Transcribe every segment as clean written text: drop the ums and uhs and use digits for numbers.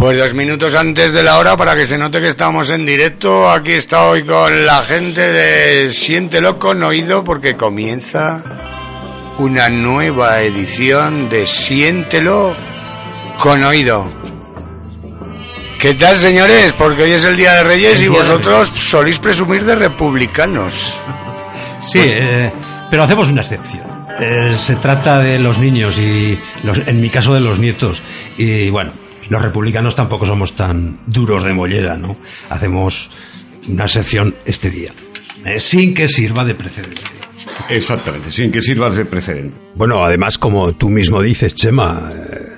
Pues 2 minutos antes de la hora para que se note que estamos en directo. Aquí está hoy con la gente de Siéntelo con Oído, porque comienza una nueva edición de Siéntelo con Oído. ¿Qué tal, señores? Porque hoy es el Día de Reyes y vosotros solís presumir de republicanos. Sí, pero hacemos una excepción. Se trata de los niños y, en mi caso, de los nietos. Y bueno, los republicanos tampoco somos tan duros de mollera, ¿no? Hacemos una excepción este día, sin que sirva de precedente. Exactamente, sin que sirva de precedente. Bueno, además, como tú mismo dices, Chema,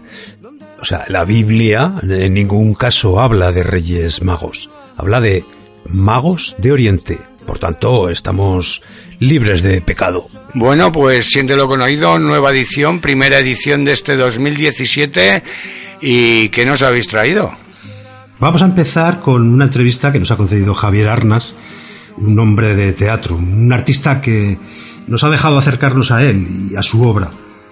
o sea, la Biblia en ningún caso habla de Reyes Magos, habla de magos de Oriente. Por tanto, estamos libres de pecado. Bueno, pues Siéntelo con Oído, nueva edición, primera edición de este 2017. ¿Y qué nos habéis traído? Vamos a empezar con una entrevista que nos ha concedido Javier Arnas, un hombre de teatro, un artista que nos ha dejado acercarnos a él y a su obra.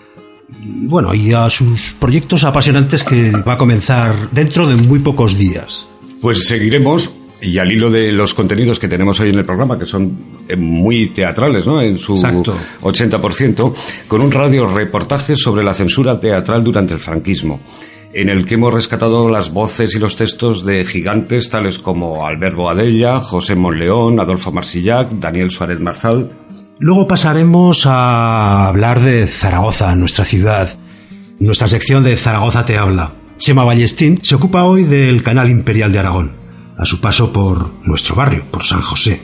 Y bueno, y a sus proyectos apasionantes que va a comenzar dentro de muy pocos días. Pues seguiremos, y al hilo de los contenidos que tenemos hoy en el programa, que son muy teatrales, ¿no?, en su Exacto. 80%, con un radio reportaje sobre la censura teatral durante el franquismo, en el que hemos rescatado las voces y los textos de gigantes tales como Albert Boadella, José Monleón, Adolfo Marsillac, Daniel Suárez Marzal. Luego pasaremos a hablar de Zaragoza, nuestra ciudad. Nuestra sección de Zaragoza te habla. Chema Ballestín se ocupa hoy del Canal Imperial de Aragón, a su paso por nuestro barrio, por San José.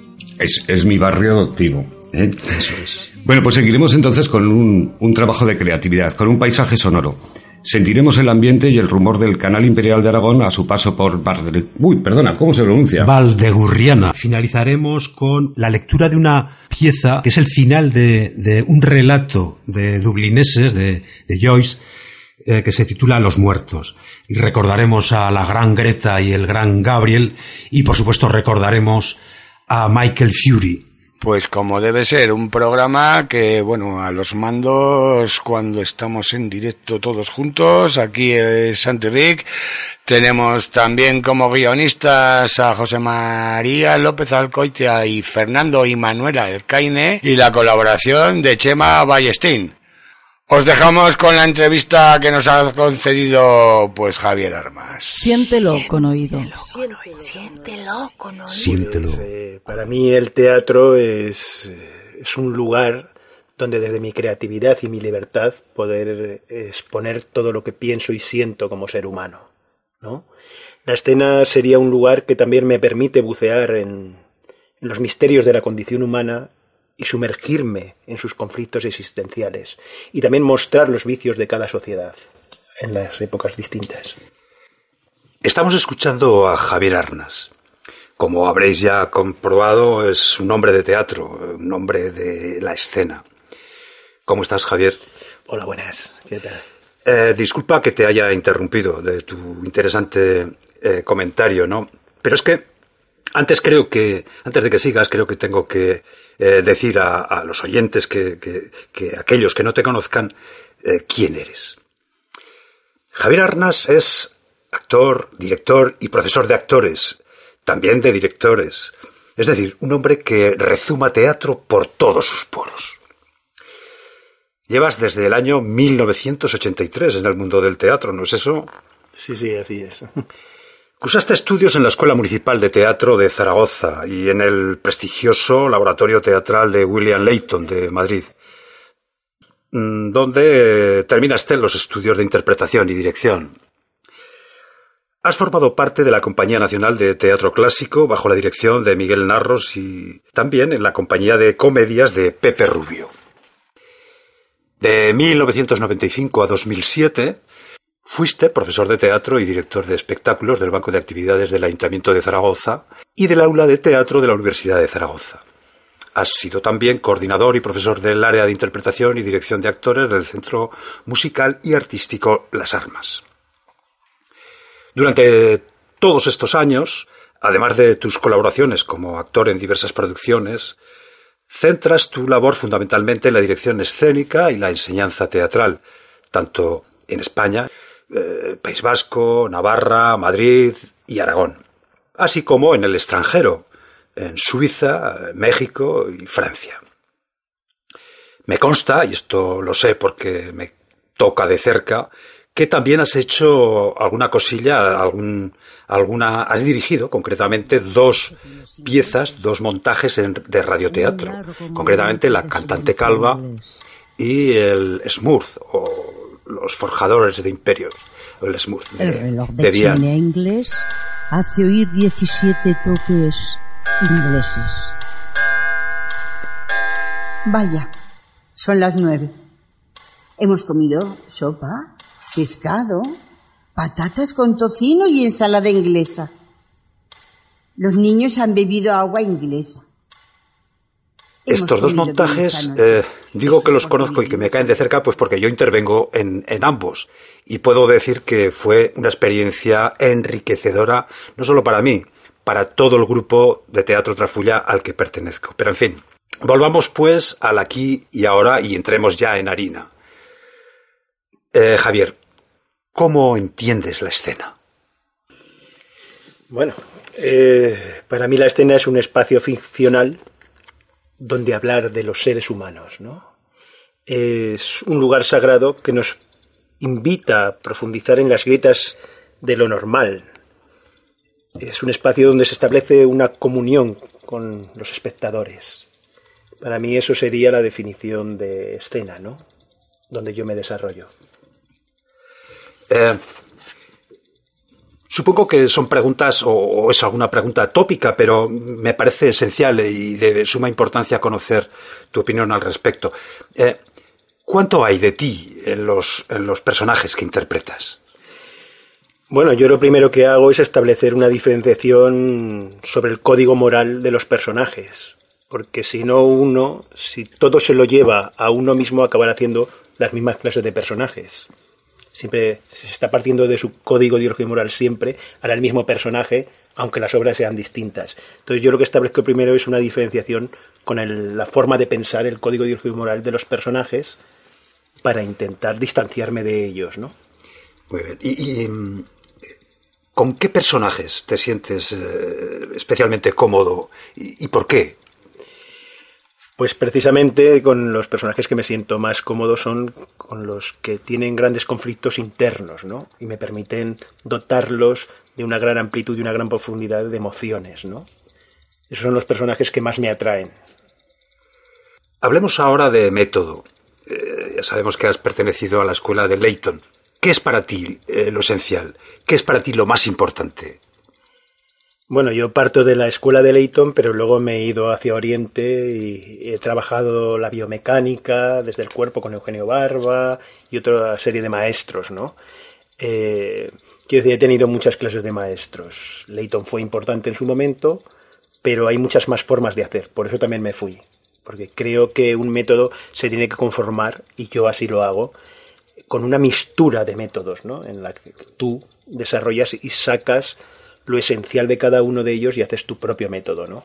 Es mi barrio adoptivo, ¿eh? Eso es. Bueno, pues seguiremos entonces con un trabajo de creatividad, con un paisaje sonoro. Sentiremos el ambiente y el rumor del Canal Imperial de Aragón a su paso por ¿cómo se pronuncia? Valdegurriana. Finalizaremos con la lectura de una pieza que es el final de un relato de dublineses, de Joyce, que se titula Los muertos. Y recordaremos a la gran Greta y el gran Gabriel, y por supuesto recordaremos a Michael Fury. Pues como debe ser, un programa que, bueno, a los mandos cuando estamos en directo todos juntos, aquí es Santi Rick, tenemos también como guionistas a José María López Alcoitia y Fernando y Manuela Ercaine, y la colaboración de Chema Ballestín. Os dejamos con la entrevista que nos ha concedido, pues, Javier Armas. Siéntelo con oído. Siéntelo con oído. Siéntelo. Para mí el teatro es un lugar donde desde mi creatividad y mi libertad poder exponer todo lo que pienso y siento como ser humano, ¿no? La escena sería un lugar que también me permite bucear en los misterios de la condición humana y sumergirme en sus conflictos existenciales, y también mostrar los vicios de cada sociedad en las épocas distintas. Estamos escuchando a Javier Arnas. Como habréis ya comprobado, es un hombre de teatro, un hombre de la escena. ¿Cómo estás, Javier? Hola, buenas. ¿Qué tal? Disculpa que te haya interrumpido de tu interesante comentario, ¿no? Pero es que antes de que sigas, creo que tengo que decir a los oyentes que aquellos que no te conozcan, quién eres. Javier Arnas es actor, director y profesor de actores, también de directores. Es decir, un hombre que rezuma teatro por todos sus poros. Llevas desde el año 1983 en el mundo del teatro, ¿no es eso? Sí, así es. Cursaste estudios en la Escuela Municipal de Teatro de Zaragoza y en el prestigioso Laboratorio Teatral de William Layton de Madrid, donde terminaste los estudios de interpretación y dirección. Has formado parte de la Compañía Nacional de Teatro Clásico bajo la dirección de Miguel Narros y también en la Compañía de Comedias de Pepe Rubio. De 1995 a 2007... fuiste profesor de teatro y director de espectáculos del Banco de Actividades del Ayuntamiento de Zaragoza y del Aula de Teatro de la Universidad de Zaragoza. Has sido también coordinador y profesor del área de interpretación y dirección de actores del Centro Musical y Artístico Las Armas. Durante todos estos años, además de tus colaboraciones como actor en diversas producciones, centras tu labor fundamentalmente en la dirección escénica y la enseñanza teatral, tanto en España País Vasco, Navarra, Madrid y Aragón, así como en el extranjero, en Suiza, México y Francia. Me consta, y esto lo sé porque me toca de cerca, que también has hecho alguna cosilla, has dirigido concretamente 2 piezas, 2 montajes de radioteatro, concretamente La cantante calva y el Smurf, o Los forjadores de imperios, o el Smurf el reloj de chimenea inglés hace oír 17 toques ingleses. Vaya, son las 9. Hemos comido sopa, pescado, patatas con tocino y ensalada inglesa. Los niños han bebido agua inglesa. Estos 2 montajes, digo que los conozco y que me caen de cerca, pues porque yo intervengo en ambos. Y puedo decir que fue una experiencia enriquecedora, no solo para mí, para todo el grupo de Teatro Trafulla al que pertenezco. Pero en fin, volvamos pues al aquí y ahora y entremos ya en harina. Javier, ¿cómo entiendes la escena? Bueno, para mí la escena es un espacio ficcional donde hablar de los seres humanos, ¿no? Es un lugar sagrado que nos invita a profundizar en las grietas de lo normal. Es un espacio donde se establece una comunión con los espectadores. Para mí eso sería la definición de escena, ¿no? Donde yo me desarrollo. Supongo que son preguntas o es alguna pregunta tópica, pero me parece esencial y de suma importancia conocer tu opinión al respecto. ¿Cuánto hay de ti en los personajes que interpretas? Bueno, yo lo primero que hago es establecer una diferenciación sobre el código moral de los personajes, porque si todo se lo lleva a uno mismo, acabará haciendo las mismas clases de personajes. Siempre se está partiendo de su código ideológico y moral siempre, hará el mismo personaje, aunque las obras sean distintas. Entonces yo lo que establezco primero es una diferenciación con la forma de pensar, el código ideológico y moral de los personajes, para intentar distanciarme de ellos, ¿no? Muy bien. ¿Y con qué personajes te sientes especialmente cómodo y por qué? Pues precisamente con los personajes que me siento más cómodo son con los que tienen grandes conflictos internos, ¿no? Y me permiten dotarlos de una gran amplitud y una gran profundidad de emociones, ¿no? Esos son los personajes que más me atraen. Hablemos ahora de método. Ya sabemos que has pertenecido a la escuela de Leyton. ¿Qué es para ti lo esencial? ¿Qué es para ti lo más importante? Bueno, yo parto de la escuela de Leyton, pero luego me he ido hacia Oriente y he trabajado la biomecánica desde el cuerpo con Eugenio Barba y otra serie de maestros, ¿no? Quiero decir, he tenido muchas clases de maestros. Leyton fue importante en su momento, pero hay muchas más formas de hacer. Por eso también me fui, porque creo que un método se tiene que conformar, y yo así lo hago, con una mixtura de métodos, ¿no? En la que tú desarrollas y sacas lo esencial de cada uno de ellos y haces tu propio método, ¿no?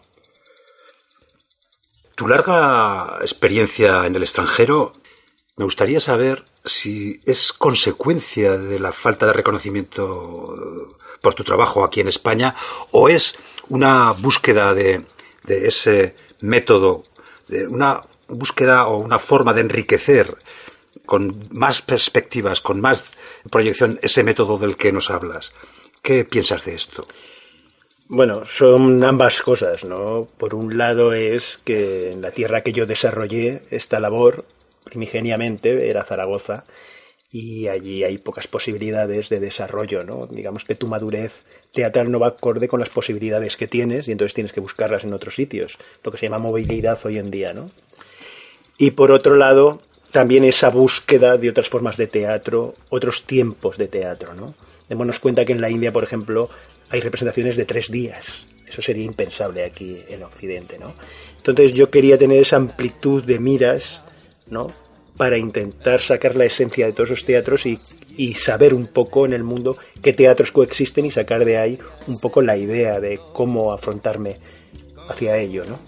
Tu larga experiencia en el extranjero, me gustaría saber si es consecuencia de la falta de reconocimiento por tu trabajo aquí en España o es una búsqueda de ese método, de una búsqueda o una forma de enriquecer con más perspectivas, con más proyección, ese método del que nos hablas. ¿Qué piensas de esto? Bueno, son ambas cosas, ¿no? Por un lado es que en la tierra que yo desarrollé esta labor, primigeniamente, era Zaragoza, y allí hay pocas posibilidades de desarrollo, ¿no? Digamos que tu madurez teatral no va acorde con las posibilidades que tienes y entonces tienes que buscarlas en otros sitios, lo que se llama movilidad hoy en día, ¿no? Y por otro lado, también esa búsqueda de otras formas de teatro, otros tiempos de teatro, ¿no? Démonos cuenta que en la India, por ejemplo, hay representaciones de 3 días. Eso sería impensable aquí en Occidente, ¿no? Entonces yo quería tener esa amplitud de miras, ¿no? Para intentar sacar la esencia de todos esos teatros y saber un poco en el mundo qué teatros coexisten y sacar de ahí un poco la idea de cómo afrontarme hacia ello, ¿no?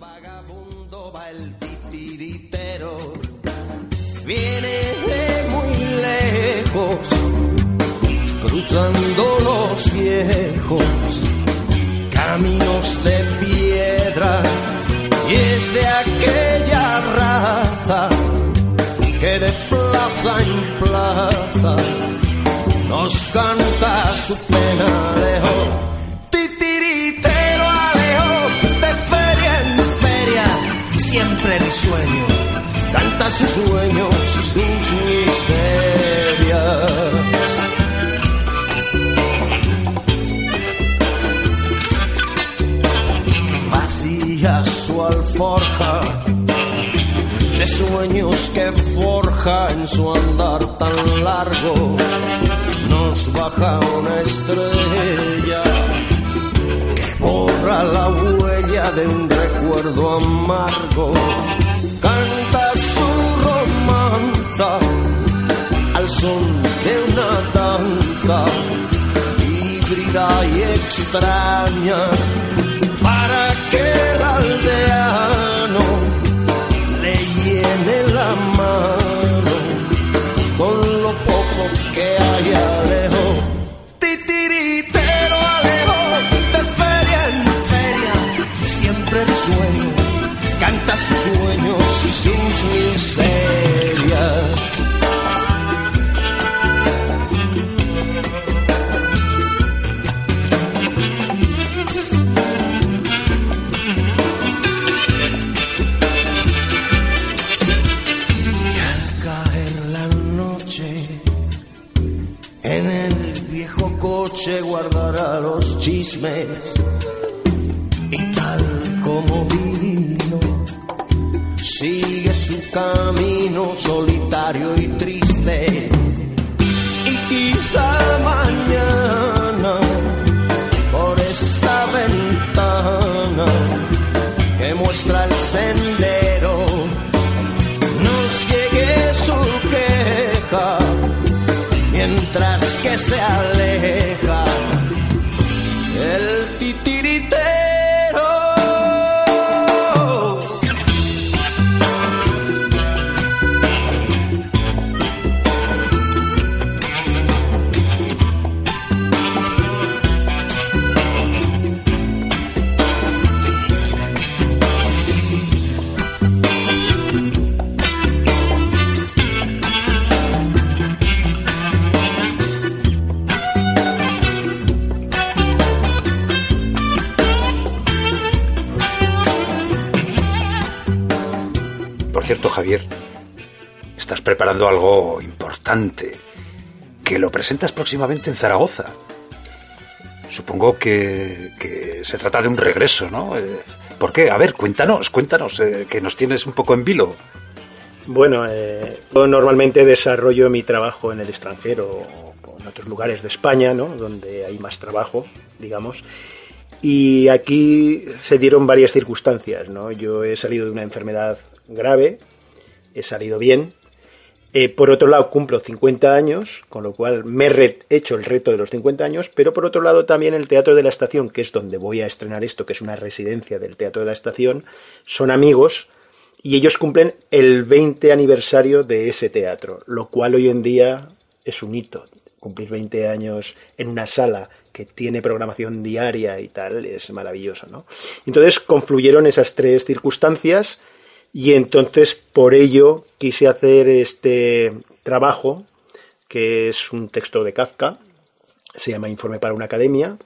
Viene de muy lejos cruzando los viejos caminos de piedra, y es de aquella raza que de plaza en plaza nos canta su pena. Alejo, titiritero, Alejo, de feria en feria, siempre risueño, canta sus sueños y sus miserias. Vacía su alforja de sueños que forja en su andar tan largo, nos baja una estrella que borra la huella de un recuerdo amargo. Canta su romanza al son de una danza híbrida y extraña, para que el aldeano le llene la mano con lo poco que hay. Alejo, titiritero, Alejo, de feria en feria, siempre risueño, canta sus sueños y sus miserias. En el viejo coche guardará los chismes y tal como vino sigue su camino solitario y triste. Y quizá mañana por esa ventana que muestra el sendero nos llegue su queja, mientras que se aleja el titiritero. Por cierto, Javier, estás preparando algo importante, que lo presentas próximamente en Zaragoza. Supongo que se trata de un regreso, ¿no? ¿Por qué? A ver, cuéntanos, que nos tienes un poco en vilo. Bueno, yo normalmente desarrollo mi trabajo en el extranjero o en otros lugares de España, ¿no? Donde hay más trabajo, digamos. Y aquí se dieron varias circunstancias, ¿no? Yo he salido de una enfermedad grave, he salido bien. Por otro lado, cumplo 50 años, con lo cual me he hecho el reto de los 50 años, pero por otro lado también el Teatro de la Estación, que es donde voy a estrenar esto, que es una residencia del Teatro de la Estación, son amigos y ellos cumplen el 20 aniversario de ese teatro, lo cual hoy en día es un hito. Cumplir 20 años en una sala que tiene programación diaria y tal es maravilloso, ¿no? Entonces confluyeron esas tres circunstancias. Y entonces, por ello, quise hacer este trabajo, que es un texto de Kafka, se llama Informe para una academia,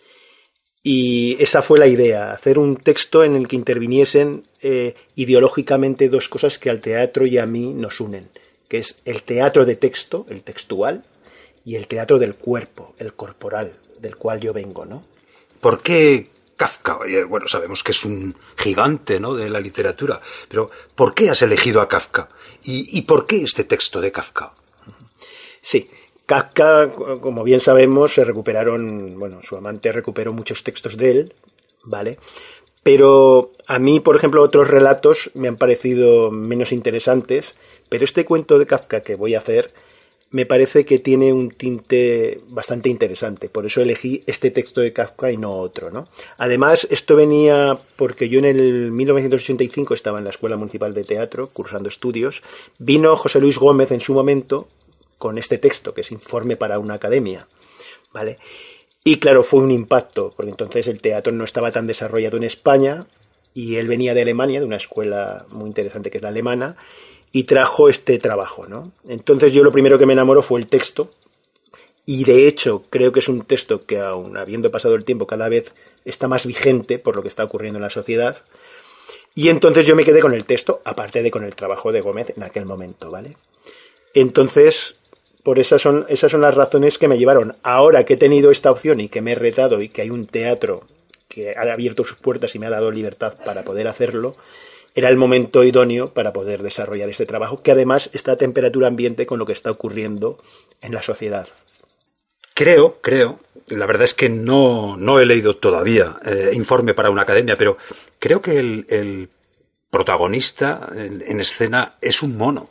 y esa fue la idea, hacer un texto en el que interviniesen ideológicamente dos cosas que al teatro y a mí nos unen, que es el teatro de texto, el textual, y el teatro del cuerpo, el corporal, del cual yo vengo, ¿no? ¿Por qué Kafka? Bueno, sabemos que es un gigante, ¿no?, de la literatura, pero ¿por qué has elegido a Kafka? ¿Y por qué este texto de Kafka? Sí, Kafka, como bien sabemos, se recuperaron, bueno, su amante recuperó muchos textos de él, ¿vale? Pero a mí, por ejemplo, otros relatos me han parecido menos interesantes, pero este cuento de Kafka que voy a hacer me parece que tiene un tinte bastante interesante, por eso elegí este texto de Kafka y no otro, ¿no? Además, esto venía porque yo en el 1985 estaba en la Escuela Municipal de Teatro, cursando estudios, vino José Luis Gómez en su momento con este texto, que es Informe para una academia, ¿vale? Y claro, fue un impacto, porque entonces el teatro no estaba tan desarrollado en España y él venía de Alemania, de una escuela muy interesante que es la alemana, y trajo este trabajo, ¿no? Entonces yo lo primero que me enamoró fue el texto, y de hecho creo que es un texto que, aun habiendo pasado el tiempo, cada vez está más vigente por lo que está ocurriendo en la sociedad. Y entonces yo me quedé con el texto, aparte de con el trabajo de Gómez en aquel momento, ¿vale? Entonces, por esas son las razones que me llevaron. Ahora que he tenido esta opción y que me he retado y que hay un teatro que ha abierto sus puertas y me ha dado libertad para poder hacerlo, era el momento idóneo para poder desarrollar este trabajo, que además está a temperatura ambiente con lo que está ocurriendo en la sociedad. Creo, la verdad es que no he leído todavía Informe para una academia, pero creo que el protagonista en escena es un mono.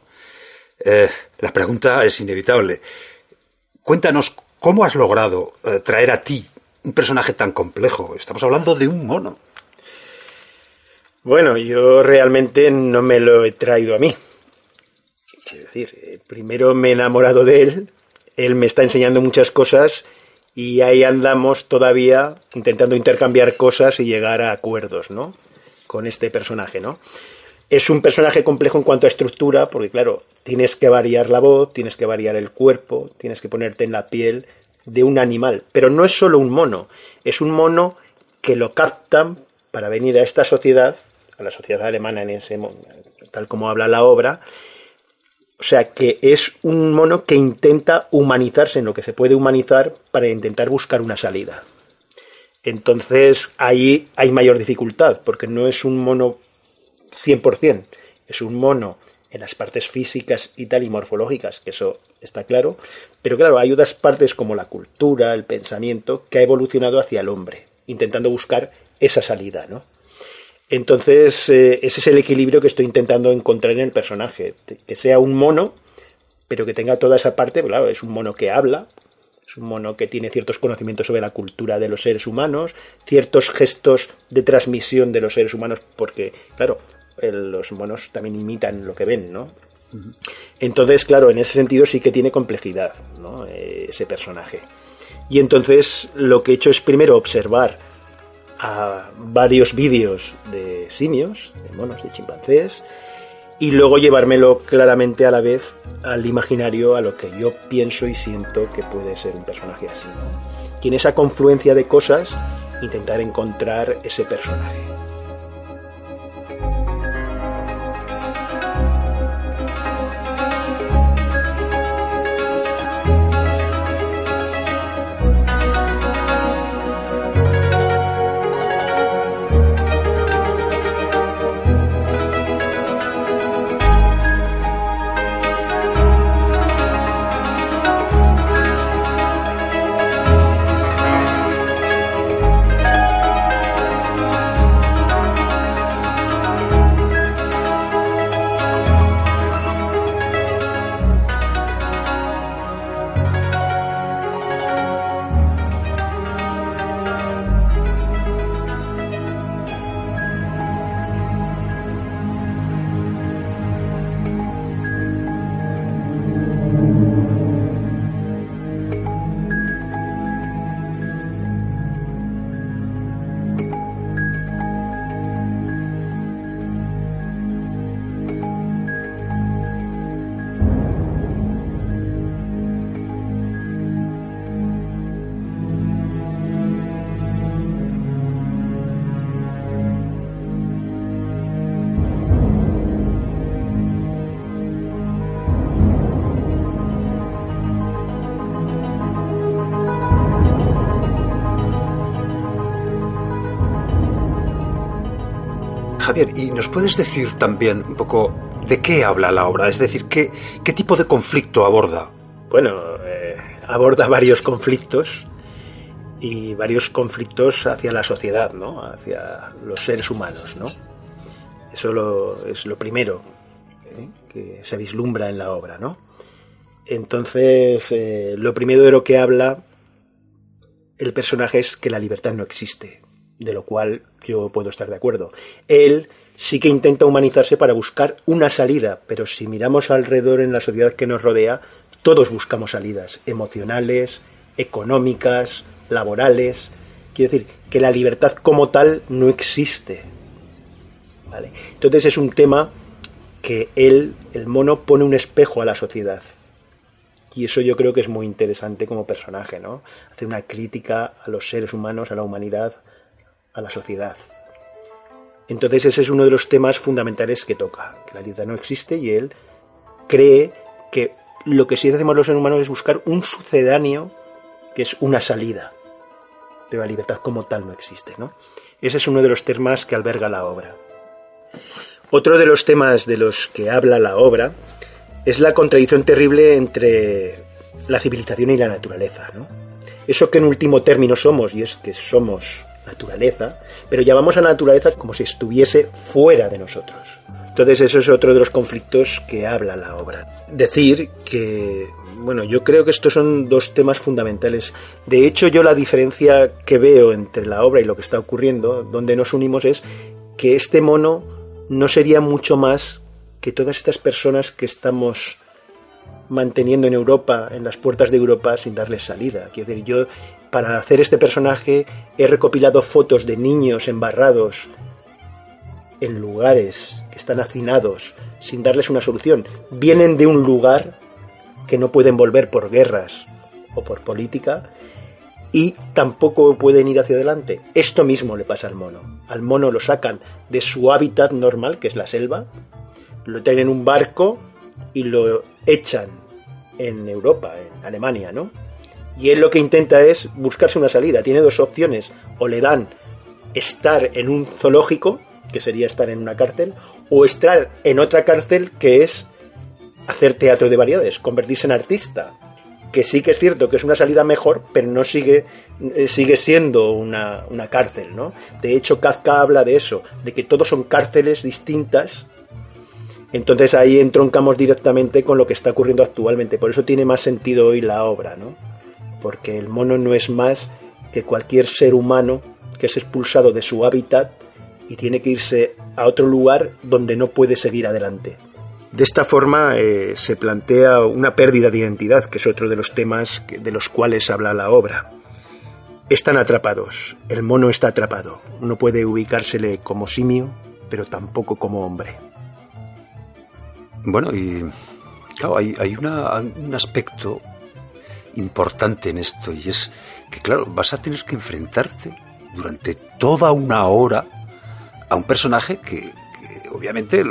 La pregunta es inevitable. Cuéntanos, ¿cómo has logrado traer a ti un personaje tan complejo? Estamos hablando de un mono. Bueno, yo realmente no me lo he traído a mí. Es decir, primero me he enamorado de él me está enseñando muchas cosas y ahí andamos todavía intentando intercambiar cosas y llegar a acuerdos, ¿no? Con este personaje, ¿no? Es un personaje complejo en cuanto a estructura, porque claro, tienes que variar la voz, tienes que variar el cuerpo, tienes que ponerte en la piel de un animal. Pero no es solo un mono, es un mono que lo captan para venir a esta sociedad, a la sociedad alemana tal como habla la obra. O sea, que es un mono que intenta humanizarse en lo que se puede humanizar para intentar buscar una salida. Entonces, ahí hay mayor dificultad, porque no es un mono 100%, es un mono en las partes físicas y tal y morfológicas, que eso está claro, pero claro, hay otras partes como la cultura, el pensamiento, que ha evolucionado hacia el hombre, intentando buscar esa salida, ¿no? Entonces, ese es el equilibrio que estoy intentando encontrar en el personaje, que sea un mono, pero que tenga toda esa parte. Claro, es un mono que habla, es un mono que tiene ciertos conocimientos sobre la cultura de los seres humanos, ciertos gestos de transmisión de los seres humanos, porque, claro, los monos también imitan lo que ven, ¿no? Entonces, claro, en ese sentido sí que tiene complejidad, ¿no? Ese personaje. Y entonces lo que he hecho es primero observar a varios vídeos de simios, de monos, de chimpancés, y luego llevármelo claramente a la vez al imaginario, a lo que yo pienso y siento que puede ser un personaje así, ¿no? Y en esa confluencia de cosas intentar encontrar ese personaje. Javier, ¿y nos puedes decir también un poco de qué habla la obra? Es decir, ¿qué tipo de conflicto aborda? Bueno, aborda varios conflictos y varios conflictos hacia la sociedad, ¿no? Hacia los seres humanos, ¿no? Eso es lo primero que se vislumbra en la obra, ¿no? Entonces, lo primero de lo que habla el personaje es que la libertad no existe, de lo cual yo puedo estar de acuerdo. Él sí que intenta humanizarse para buscar una salida, pero si miramos alrededor en la sociedad que nos rodea, Todos buscamos salidas emocionales, económicas, laborales. Quiero decir que la libertad como tal no existe. ¿Vale? Entonces es un tema que el mono, pone un espejo a la sociedad. Y eso yo creo que es muy interesante como personaje, ¿no? Hace una crítica a los seres humanos, a la humanidad, a la sociedad. Entonces ese es uno de los temas fundamentales que toca, que la libertad no existe y él cree que lo que sí hacemos los seres humanos es buscar un sucedáneo que es una salida. Pero la libertad como tal no existe, ¿no? Ese es uno de los temas que alberga la obra. Otro de los temas de los que habla la obra es la contradicción terrible entre la civilización y la naturaleza, ¿no? Eso que en último término somos, y es que somos naturaleza, pero llamamos a la naturaleza como si estuviese fuera de nosotros. Entonces eso es otro de los conflictos que habla la obra. Decir que, bueno, yo creo que estos son dos temas fundamentales. De hecho, yo la diferencia que veo entre la obra y lo que está ocurriendo, donde nos unimos, es que este mono no sería mucho más que todas estas personas que estamos manteniendo en Europa, en las puertas de Europa, sin darles salida. Quiero decir, yo, para hacer este personaje, he recopilado fotos de niños embarrados en lugares que están hacinados, sin darles una solución. Vienen de un lugar que no pueden volver por guerras o por política, y tampoco pueden ir hacia adelante. Esto mismo le pasa al mono. Al mono lo sacan de su hábitat normal, que es la selva, lo traen en un barco y lo echan en Europa, en Alemania, ¿no? Y él lo que intenta es buscarse una salida. Tiene dos opciones: o le dan estar en un zoológico, que sería estar en una cárcel, o estar en otra cárcel, que es hacer teatro de variedades, convertirse en artista. Que sí que es cierto que es una salida mejor, pero no sigue siendo una cárcel, ¿no? De hecho, Kafka habla de eso, de que todos son cárceles distintas. Entonces ahí entroncamos directamente con lo que está ocurriendo actualmente. Por eso tiene más sentido hoy la obra, ¿no? Porque el mono no es más que cualquier ser humano que es expulsado de su hábitat y tiene que irse a otro lugar donde no puede seguir adelante. De esta forma se plantea una pérdida de identidad, que es otro de los temas de los cuales habla la obra. Están atrapados, el mono está atrapado. No puede ubicársele como simio, pero tampoco como hombre. Bueno, y claro, hay un aspecto importante en esto, y es que, claro, vas a tener que enfrentarte durante toda una hora a un personaje que obviamente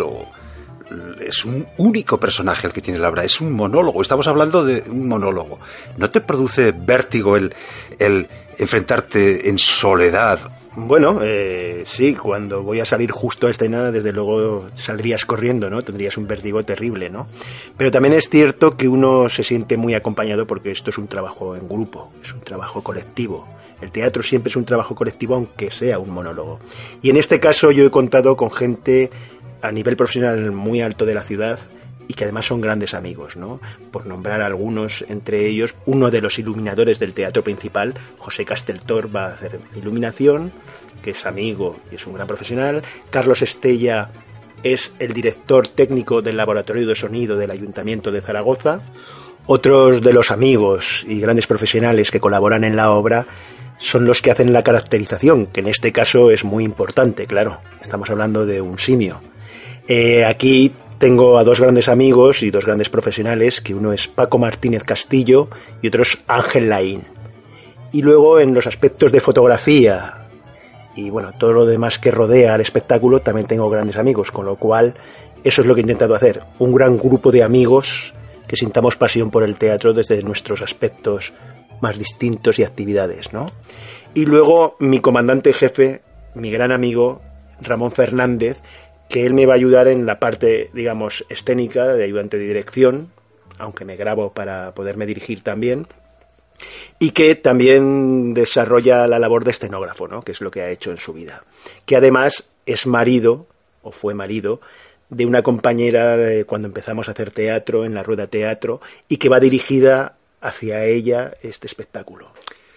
es un único personaje el que tiene la obra, es un monólogo, estamos hablando de un monólogo. ¿No te produce vértigo el enfrentarte en soledad? Bueno, sí, cuando voy a salir justo a escena, desde luego saldrías corriendo, ¿no? Tendrías un vértigo terrible, ¿no? Pero también es cierto que uno se siente muy acompañado porque esto es un trabajo en grupo, es un trabajo colectivo. El teatro siempre es un trabajo colectivo, aunque sea un monólogo. Y en este caso yo he contado con gente a nivel profesional muy alto de la ciudad y que además son grandes amigos, ¿no? Por nombrar algunos, entre ellos, uno de los iluminadores del teatro principal, José Casteltor, va a hacer iluminación, que es amigo y es un gran profesional. Carlos Estella es el director técnico del Laboratorio de Sonido del Ayuntamiento de Zaragoza. Otros de los amigos y grandes profesionales que colaboran en la obra son los que hacen la caracterización, que en este caso es muy importante, claro. Estamos hablando de un simio. Aquí tengo a dos grandes amigos y dos grandes profesionales, que uno es Paco Martínez Castillo y otro es Ángel Laín. Y luego en los aspectos de fotografía y bueno, todo lo demás que rodea al espectáculo también tengo grandes amigos, con lo cual eso es lo que he intentado hacer, un gran grupo de amigos que sintamos pasión por el teatro desde nuestros aspectos más distintos y actividades, ¿no? Y luego mi comandante jefe, mi gran amigo Ramón Fernández, que él me va a ayudar en la parte, digamos, escénica, de ayudante de dirección, aunque me grabo para poderme dirigir también, y que también desarrolla la labor de escenógrafo, ¿no? Que es lo que ha hecho en su vida. Que además es marido, o fue marido, de una compañera cuando empezamos a hacer teatro, en la Rueda Teatro, y que va dirigida hacia ella este espectáculo.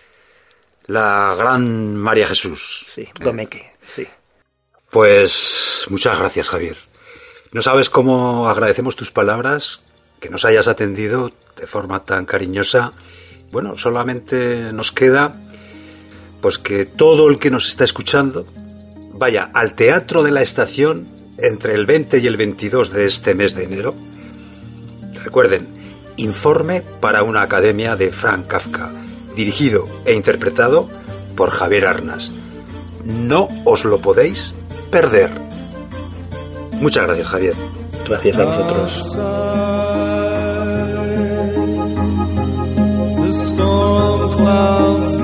La gran María Jesús. Sí, Domeque, sí. Pues muchas gracias, Javier. No sabes cómo agradecemos tus palabras, que nos hayas atendido de forma tan cariñosa. Bueno, solamente nos queda pues que todo el que nos está escuchando vaya al Teatro de la Estación entre el 20 y el 22 de este mes de enero. Recuerden, Informe para una Academia de Franz Kafka, dirigido e interpretado por Javier Arnas. No os lo podéis perder. Muchas gracias, Javier. Gracias a vosotros. The storm clouds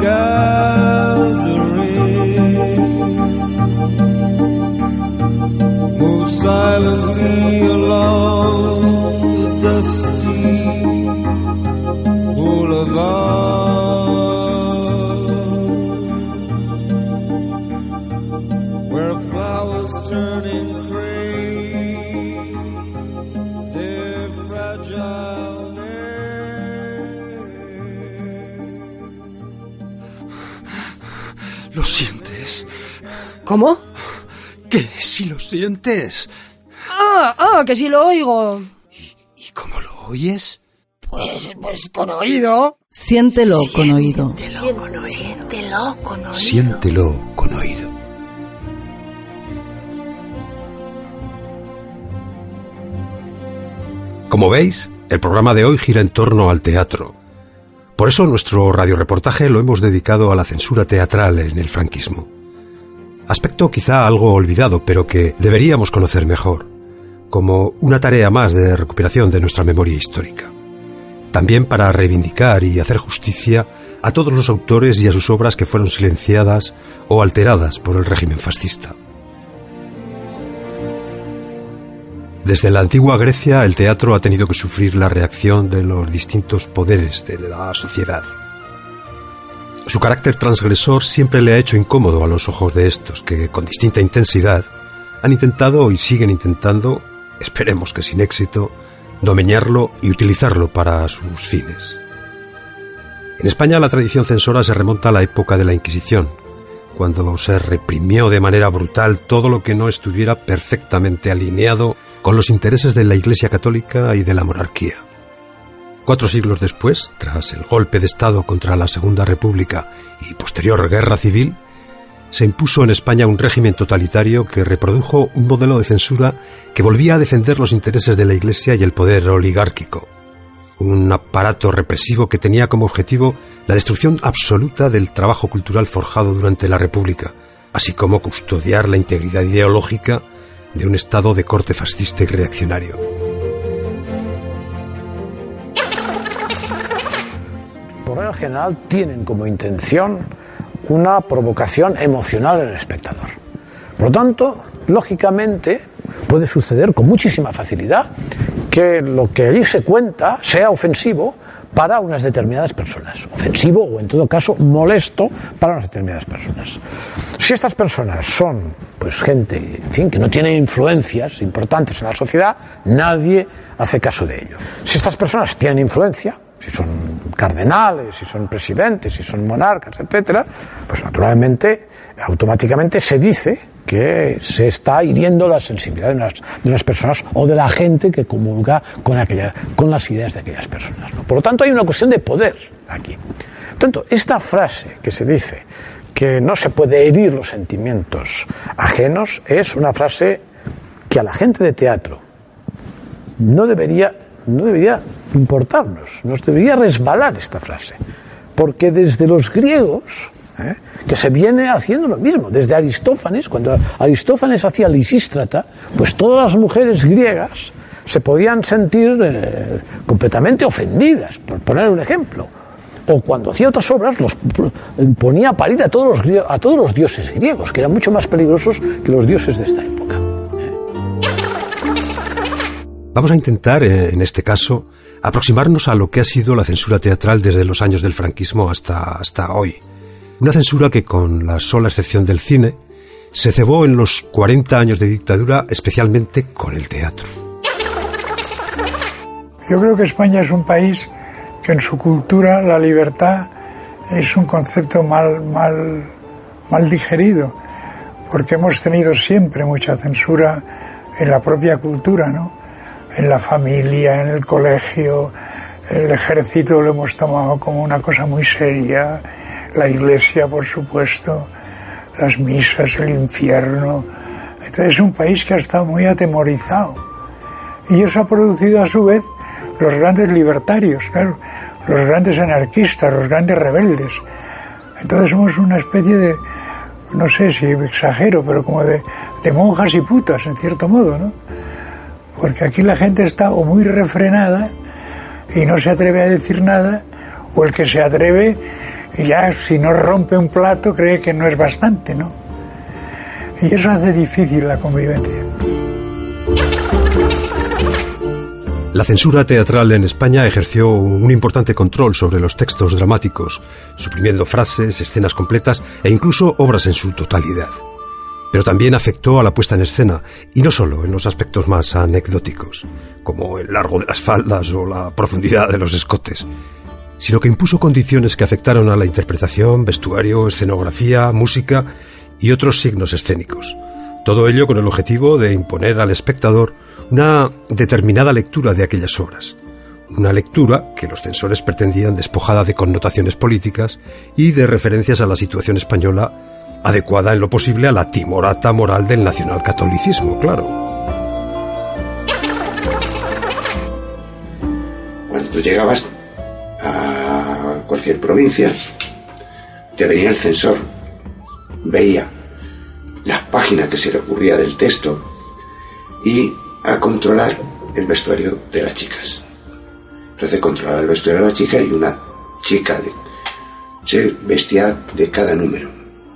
gathering move silently along the dusty boulevard where flowers turning gray, they're fragile there. ¿Lo sientes? ¿Cómo? Que si lo sientes. Que si lo oigo. ¿Y cómo lo oyes? Pues con oído. Siéntelo con oído. Siéntelo con oído. Siéntelo con oído. Como veis, el programa de hoy gira en torno al teatro. Por eso nuestro radioreportaje lo hemos dedicado a la censura teatral en el franquismo. Aspecto quizá algo olvidado, pero que deberíamos conocer mejor, como una tarea más de recuperación de nuestra memoria histórica. También para reivindicar y hacer justicia a todos los autores y a sus obras que fueron silenciadas o alteradas por el régimen fascista. Desde la antigua Grecia, el teatro ha tenido que sufrir la reacción de los distintos poderes de la sociedad. Su carácter transgresor siempre le ha hecho incómodo a los ojos de estos, que con distinta intensidad han intentado y siguen intentando, esperemos que sin éxito, domeñarlo y utilizarlo para sus fines. En España la tradición censora se remonta a la época de la Inquisición, cuando se reprimió de manera brutal todo lo que no estuviera perfectamente alineado con los intereses de la Iglesia Católica y de la monarquía. 4 siglos después, tras el golpe de Estado contra la Segunda República y posterior guerra civil, se impuso en España un régimen totalitario que reprodujo un modelo de censura que volvía a defender los intereses de la Iglesia y el poder oligárquico. Un aparato represivo que tenía como objetivo la destrucción absoluta del trabajo cultural forjado durante la República, así como custodiar la integridad ideológica de un Estado de corte fascista y reaccionario. Por regla general tienen como intención una provocación emocional en el espectador. Por lo tanto, lógicamente, puede suceder con muchísima facilidad que lo que allí se cuenta sea ofensivo para unas determinadas personas. Ofensivo o, en todo caso, molesto para unas determinadas personas. Si estas personas son, pues, gente, en fin, que no tiene influencias importantes en la sociedad, nadie hace caso de ello. Si estas personas tienen influencia, si son cardenales, si son presidentes, si son monarcas, etcétera, pues naturalmente, automáticamente se dice que se está hiriendo la sensibilidad de unas personas o de la gente que comulga con las ideas de aquellas personas, ¿no? Por lo tanto, hay una cuestión de poder aquí. Por tanto, esta frase que se dice que no se puede herir los sentimientos ajenos es una frase que a la gente de teatro no debería importarnos, nos debería resbalar esta frase, porque desde los griegos, que se viene haciendo lo mismo, desde Aristófanes, cuando Aristófanes hacía Lisístrata, pues todas las mujeres griegas se podían sentir completamente ofendidas, por poner un ejemplo, o cuando hacía otras obras los ponía a parir a todos los dioses griegos, que eran mucho más peligrosos que los dioses de esta época. Vamos a intentar, en este caso, aproximarnos a lo que ha sido la censura teatral desde los años del franquismo hasta hoy. Una censura que, con la sola excepción del cine, se cebó en los 40 años de dictadura, especialmente con el teatro. Yo creo que España es un país que en su cultura la libertad es un concepto mal digerido, porque hemos tenido siempre mucha censura en la propia cultura, ¿no? en la familia, en el colegio, el ejército lo hemos tomado como una cosa muy seria, la iglesia, por supuesto, las misas, el infierno. Entonces es un país que ha estado muy atemorizado. Y eso ha producido a su vez los grandes libertarios, claro, los grandes anarquistas, los grandes rebeldes. Entonces somos una especie de, no sé si exagero, pero como de monjas y putas, en cierto modo, ¿no? Porque aquí la gente está o muy refrenada y no se atreve a decir nada, o el que se atreve, ya si no rompe un plato, cree que no es bastante, ¿no? Y eso hace difícil la convivencia. La censura teatral en España ejerció un importante control sobre los textos dramáticos, suprimiendo frases, escenas completas e incluso obras en su totalidad. Pero también afectó a la puesta en escena, y no solo en los aspectos más anecdóticos, como el largo de las faldas o la profundidad de los escotes, sino que impuso condiciones que afectaron a la interpretación, vestuario, escenografía, música y otros signos escénicos. Todo ello con el objetivo de imponer al espectador una determinada lectura de aquellas obras. Una lectura que los censores pretendían despojada de connotaciones políticas y de referencias a la situación española, adecuada en lo posible a la timorata moral del nacionalcatolicismo, claro. Cuando tú llegabas a cualquier provincia, te venía el censor, veía la página que se le ocurría del texto y a controlar el vestuario de las chicas. Entonces controlaba el vestuario de la chica y una chica se vestía de cada número.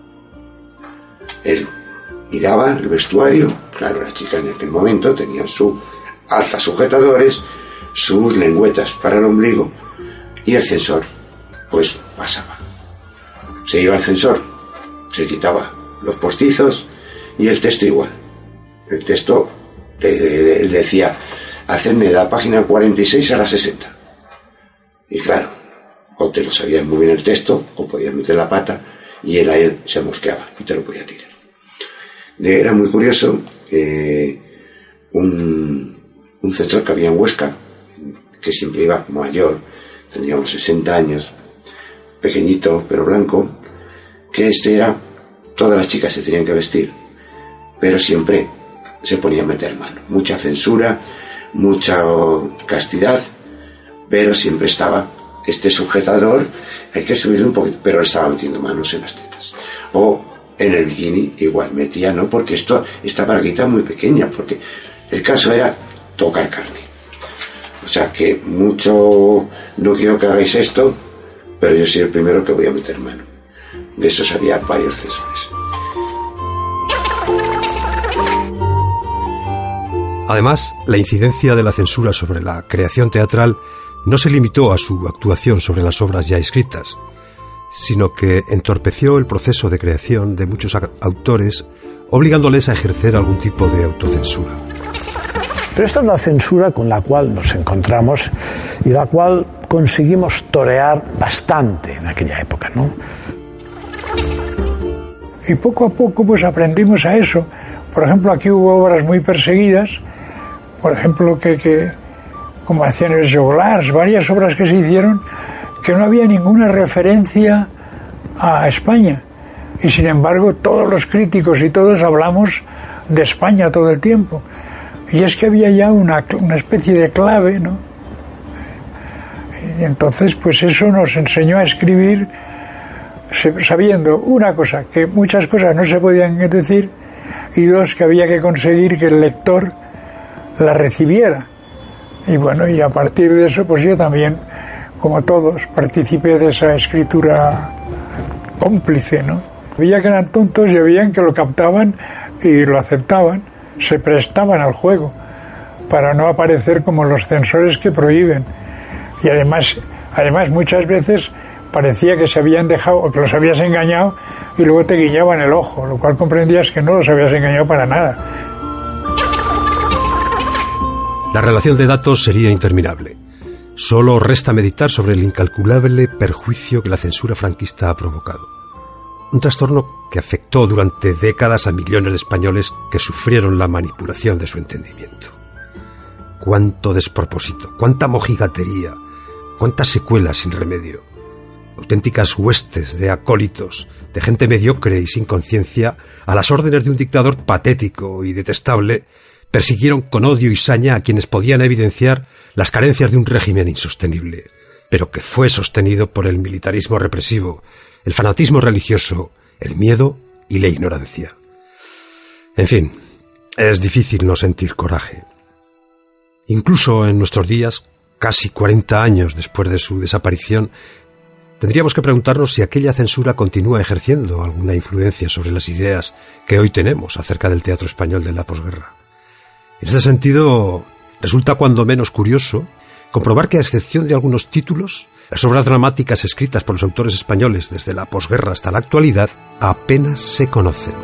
Él miraba el vestuario, claro, las chicas en aquel momento tenían su alza sujetadores, sus lengüetas para el ombligo, y el censor pues pasaba. Se iba al censor, se quitaba los postizos y el texto igual. El texto, él decía, hacedme la página 46 a la 60. Y claro, o te lo sabías muy bien el texto, o podías meter la pata, y él se mosqueaba y te lo podía tirar. Era muy curioso, un censor que había en Huesca, que siempre iba mayor, tendría unos 60 años, pequeñito pero blanco, que todas las chicas se tenían que vestir, pero siempre se ponía a meter mano, mucha censura, mucha castidad, pero siempre estaba este sujetador, hay que subirle un poquito, pero él estaba metiendo manos en las tetas, o en el bikini igual metía, ¿no? Porque esta braguita muy pequeña, porque el caso era tocar carne. O sea que mucho, no quiero que hagáis esto, pero yo soy el primero que voy a meter mano. De esos había varios censores. Además, la incidencia de la censura sobre la creación teatral no se limitó a su actuación sobre las obras ya escritas, sino que entorpeció el proceso de creación de muchos autores, obligándoles a ejercer algún tipo de autocensura. Pero esta es la censura con la cual nos encontramos y la cual conseguimos torear bastante en aquella época, ¿no? Y poco a poco pues aprendimos a eso. Por ejemplo, aquí hubo obras muy perseguidas, por ejemplo, que como hacían los Joglars, varias obras que se hicieron que no había ninguna referencia a España. Y sin embargo, todos los críticos y todos hablamos de España todo el tiempo. Y es que había ya una especie de clave, ¿no? Y entonces, pues eso nos enseñó a escribir sabiendo, una cosa, que muchas cosas no se podían decir, y dos, que había que conseguir que el lector la recibiera. Y bueno, y a partir de eso, pues yo también, como todos, participé de esa escritura cómplice, ¿no? Veía que eran tontos y veían que lo captaban y lo aceptaban, se prestaban al juego para no aparecer como los censores que prohíben. Y además muchas veces parecía que se habían dejado o que los habías engañado y luego te guiñaban el ojo, lo cual comprendías que no los habías engañado para nada. La relación de datos sería interminable. Solo resta meditar sobre el incalculable perjuicio que la censura franquista ha provocado. Un trastorno que afectó durante décadas a millones de españoles que sufrieron la manipulación de su entendimiento. cuánto despropósito, cuánta mojigatería, cuántas secuelas sin remedio. Auténticas huestes de acólitos, de gente mediocre y sin conciencia, a las órdenes de un dictador patético y detestable, persiguieron con odio y saña a quienes podían evidenciar las carencias de un régimen insostenible, pero que fue sostenido por el militarismo represivo, el fanatismo religioso, el miedo y la ignorancia. En fin, es difícil no sentir coraje. Incluso en nuestros días, casi 40 años después de su desaparición, tendríamos que preguntarnos si aquella censura continúa ejerciendo alguna influencia sobre las ideas que hoy tenemos acerca del teatro español de la posguerra. En este sentido, resulta cuando menos curioso comprobar que, a excepción de algunos títulos, las obras dramáticas escritas por los autores españoles desde la posguerra hasta la actualidad apenas se conocen.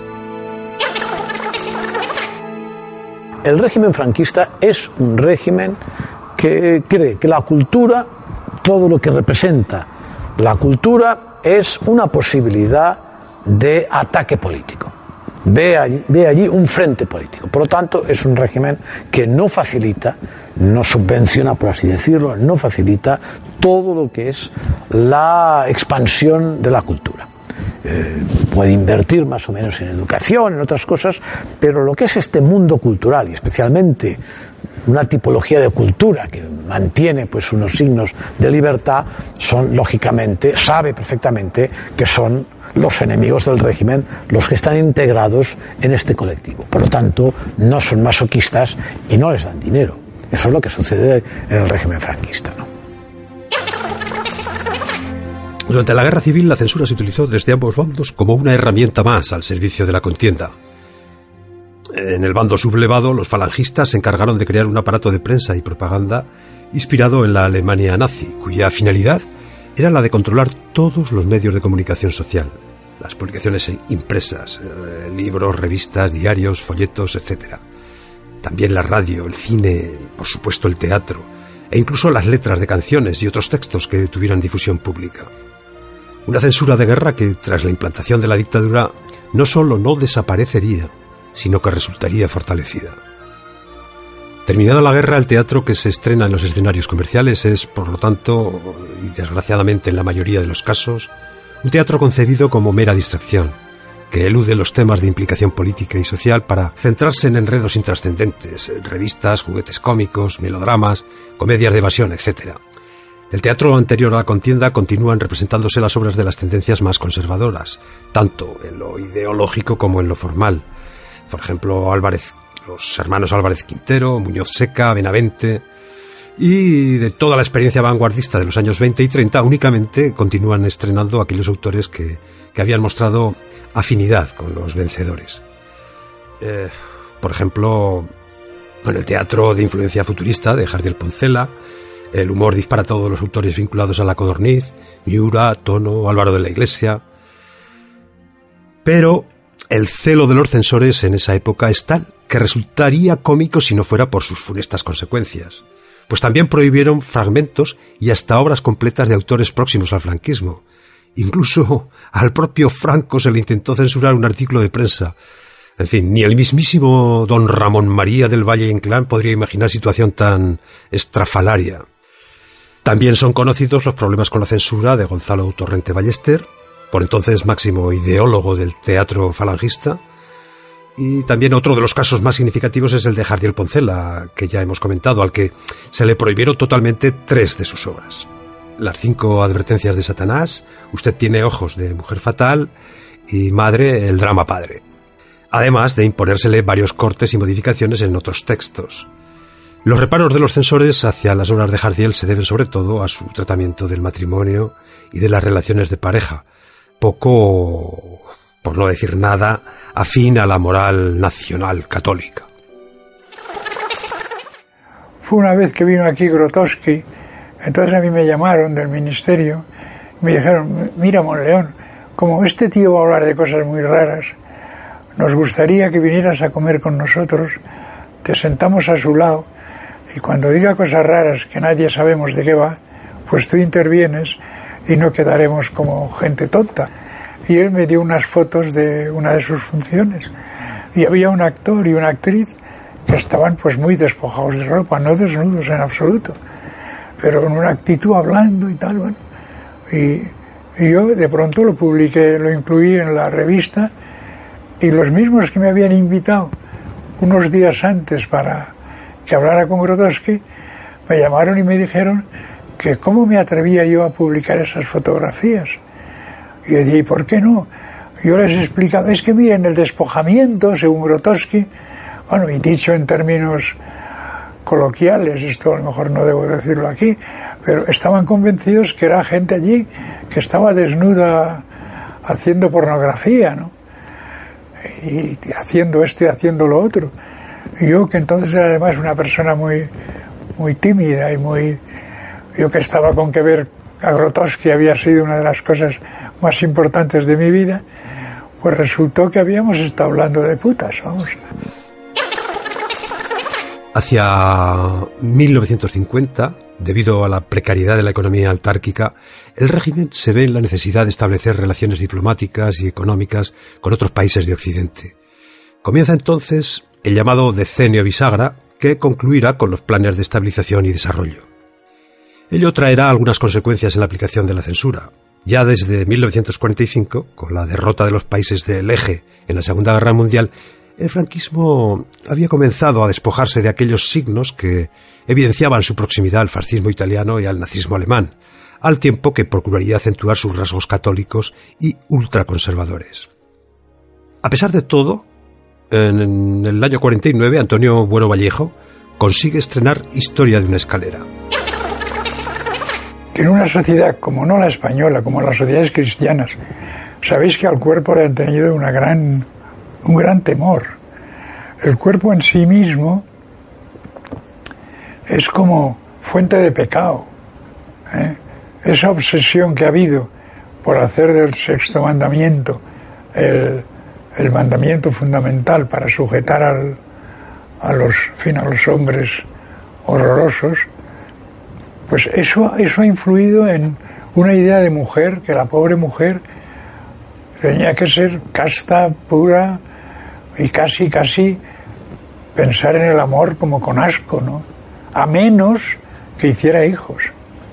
El régimen franquista es un régimen que cree que la cultura, todo lo que representa la cultura, es una posibilidad de ataque político. Ve allí un frente político. Por lo tanto, es un régimen que no facilita, no subvenciona, por así decirlo, no facilita todo lo que es la expansión de la cultura. Puede invertir más o menos en educación, en otras cosas, pero lo que es este mundo cultural, y especialmente una tipología de cultura que mantiene pues unos signos de libertad, son lógicamente, sabe perfectamente que son los enemigos del régimen los que están integrados en este colectivo. Por lo tanto, no son masoquistas y no les dan dinero. Eso es lo que sucede en el régimen franquista, ¿no? Durante la Guerra Civil, la censura se utilizó desde ambos bandos como una herramienta más al servicio de la contienda. En el bando sublevado, los falangistas se encargaron de crear un aparato de prensa y propaganda inspirado en la Alemania nazi, cuya finalidad era la de controlar todos los medios de comunicación social, las publicaciones impresas, libros, revistas, diarios, folletos, etc. También la radio, el cine, por supuesto el teatro, e incluso las letras de canciones y otros textos que tuvieran difusión pública. Una censura de guerra que, tras la implantación de la dictadura, no solo no desaparecería, sino que resultaría fortalecida. Terminada la guerra, el teatro que se estrena en los escenarios comerciales es, por lo tanto, y desgraciadamente en la mayoría de los casos, un teatro concebido como mera distracción, que elude los temas de implicación política y social para centrarse en enredos intrascendentes, revistas, juguetes cómicos, melodramas, comedias de evasión, etc. El teatro anterior a la contienda continúan representándose las obras de las tendencias más conservadoras, tanto en lo ideológico como en lo formal. Por ejemplo, los hermanos Álvarez Quintero, Muñoz Seca, Benavente, y de toda la experiencia vanguardista de los años 20 y 30 únicamente continúan estrenando aquellos autores que habían mostrado afinidad con los vencedores. Por ejemplo, con el teatro de influencia futurista de Jardiel Poncela, el humor disparatado de los autores vinculados a la codorniz, Miura, Tono, Álvaro de la Iglesia. Pero el celo de los censores en esa época es tal que resultaría cómico si no fuera por sus funestas consecuencias, pues también prohibieron fragmentos y hasta obras completas de autores próximos al franquismo. Incluso al propio Franco se le intentó censurar un artículo de prensa. En fin, ni el mismísimo don Ramón María del Valle Inclán podría imaginar situación tan estrafalaria. También son conocidos los problemas con la censura de Gonzalo Torrente Ballester, por entonces máximo ideólogo del teatro falangista, y también otro de los casos más significativos es el de Jardiel Poncela, que ya hemos comentado, al que se le prohibieron totalmente 3 de sus obras. Las 5 advertencias de Satanás, Usted tiene ojos de mujer fatal y Madre, el drama padre. Además de imponérsele varios cortes y modificaciones en otros textos. Los reparos de los censores hacia las obras de Jardiel se deben sobre todo a su tratamiento del matrimonio y de las relaciones de pareja, poco, por no decir nada, afín a la moral nacional católica. Fue una vez que vino aquí Grotowski, entonces a mí me llamaron del ministerio, me dijeron, mira Monleón, como este tío va a hablar de cosas muy raras, nos gustaría que vinieras a comer con nosotros, te sentamos a su lado y cuando diga cosas raras que nadie sabemos de qué va, pues tú intervienes y no quedaremos como gente tonta. Y él me dio unas fotos de una de sus funciones y había un actor y una actriz que estaban pues muy despojados de ropa, no desnudos en absoluto, pero con una actitud hablando y tal, bueno. Y yo de pronto lo publiqué, lo incluí en la revista, y los mismos que me habían invitado unos días antes para que hablara con Grotowski, me llamaron y me dijeron que cómo me atrevía yo a publicar esas fotografías. Y yo dije, ¿y por qué no? Yo les explicaba, es que miren, el despojamiento, según Grotowski, bueno, y dicho en términos coloquiales, esto a lo mejor no debo decirlo aquí, pero estaban convencidos que era gente allí que estaba desnuda haciendo pornografía, ¿no? Y haciendo esto y haciendo lo otro. Y yo, que entonces era además una persona muy, muy tímida y muy... Yo que estaba con que ver a Grotowski había sido una de las cosas más importantes de mi vida, pues resultó que habíamos estado hablando de putas, vamos. Hacia 1950, debido a la precariedad de la economía autárquica, el régimen se ve en la necesidad de establecer relaciones diplomáticas y económicas con otros países de Occidente. Comienza entonces el llamado Decenio Bisagra, que concluirá con los planes de estabilización y desarrollo. Ello traerá algunas consecuencias en la aplicación de la censura. Ya desde 1945, con la derrota de los países del Eje en la Segunda Guerra Mundial, el franquismo había comenzado a despojarse de aquellos signos que evidenciaban su proximidad al fascismo italiano y al nazismo alemán, al tiempo que procuraría acentuar sus rasgos católicos y ultraconservadores. A pesar de todo, en el año 49, Antonio Bueno Vallejo consigue estrenar Historia de una escalera. En una sociedad como no la española, como las sociedades cristianas, sabéis que al cuerpo le han tenido un gran temor. El cuerpo en sí mismo es como fuente de pecado, ¿eh? Esa obsesión que ha habido por hacer del sexto mandamiento el mandamiento fundamental para sujetar a los hombres horrorosos, pues eso ha influido en una idea de mujer, que la pobre mujer tenía que ser casta, pura, y casi pensar en el amor como con asco, ¿no? A menos que hiciera hijos.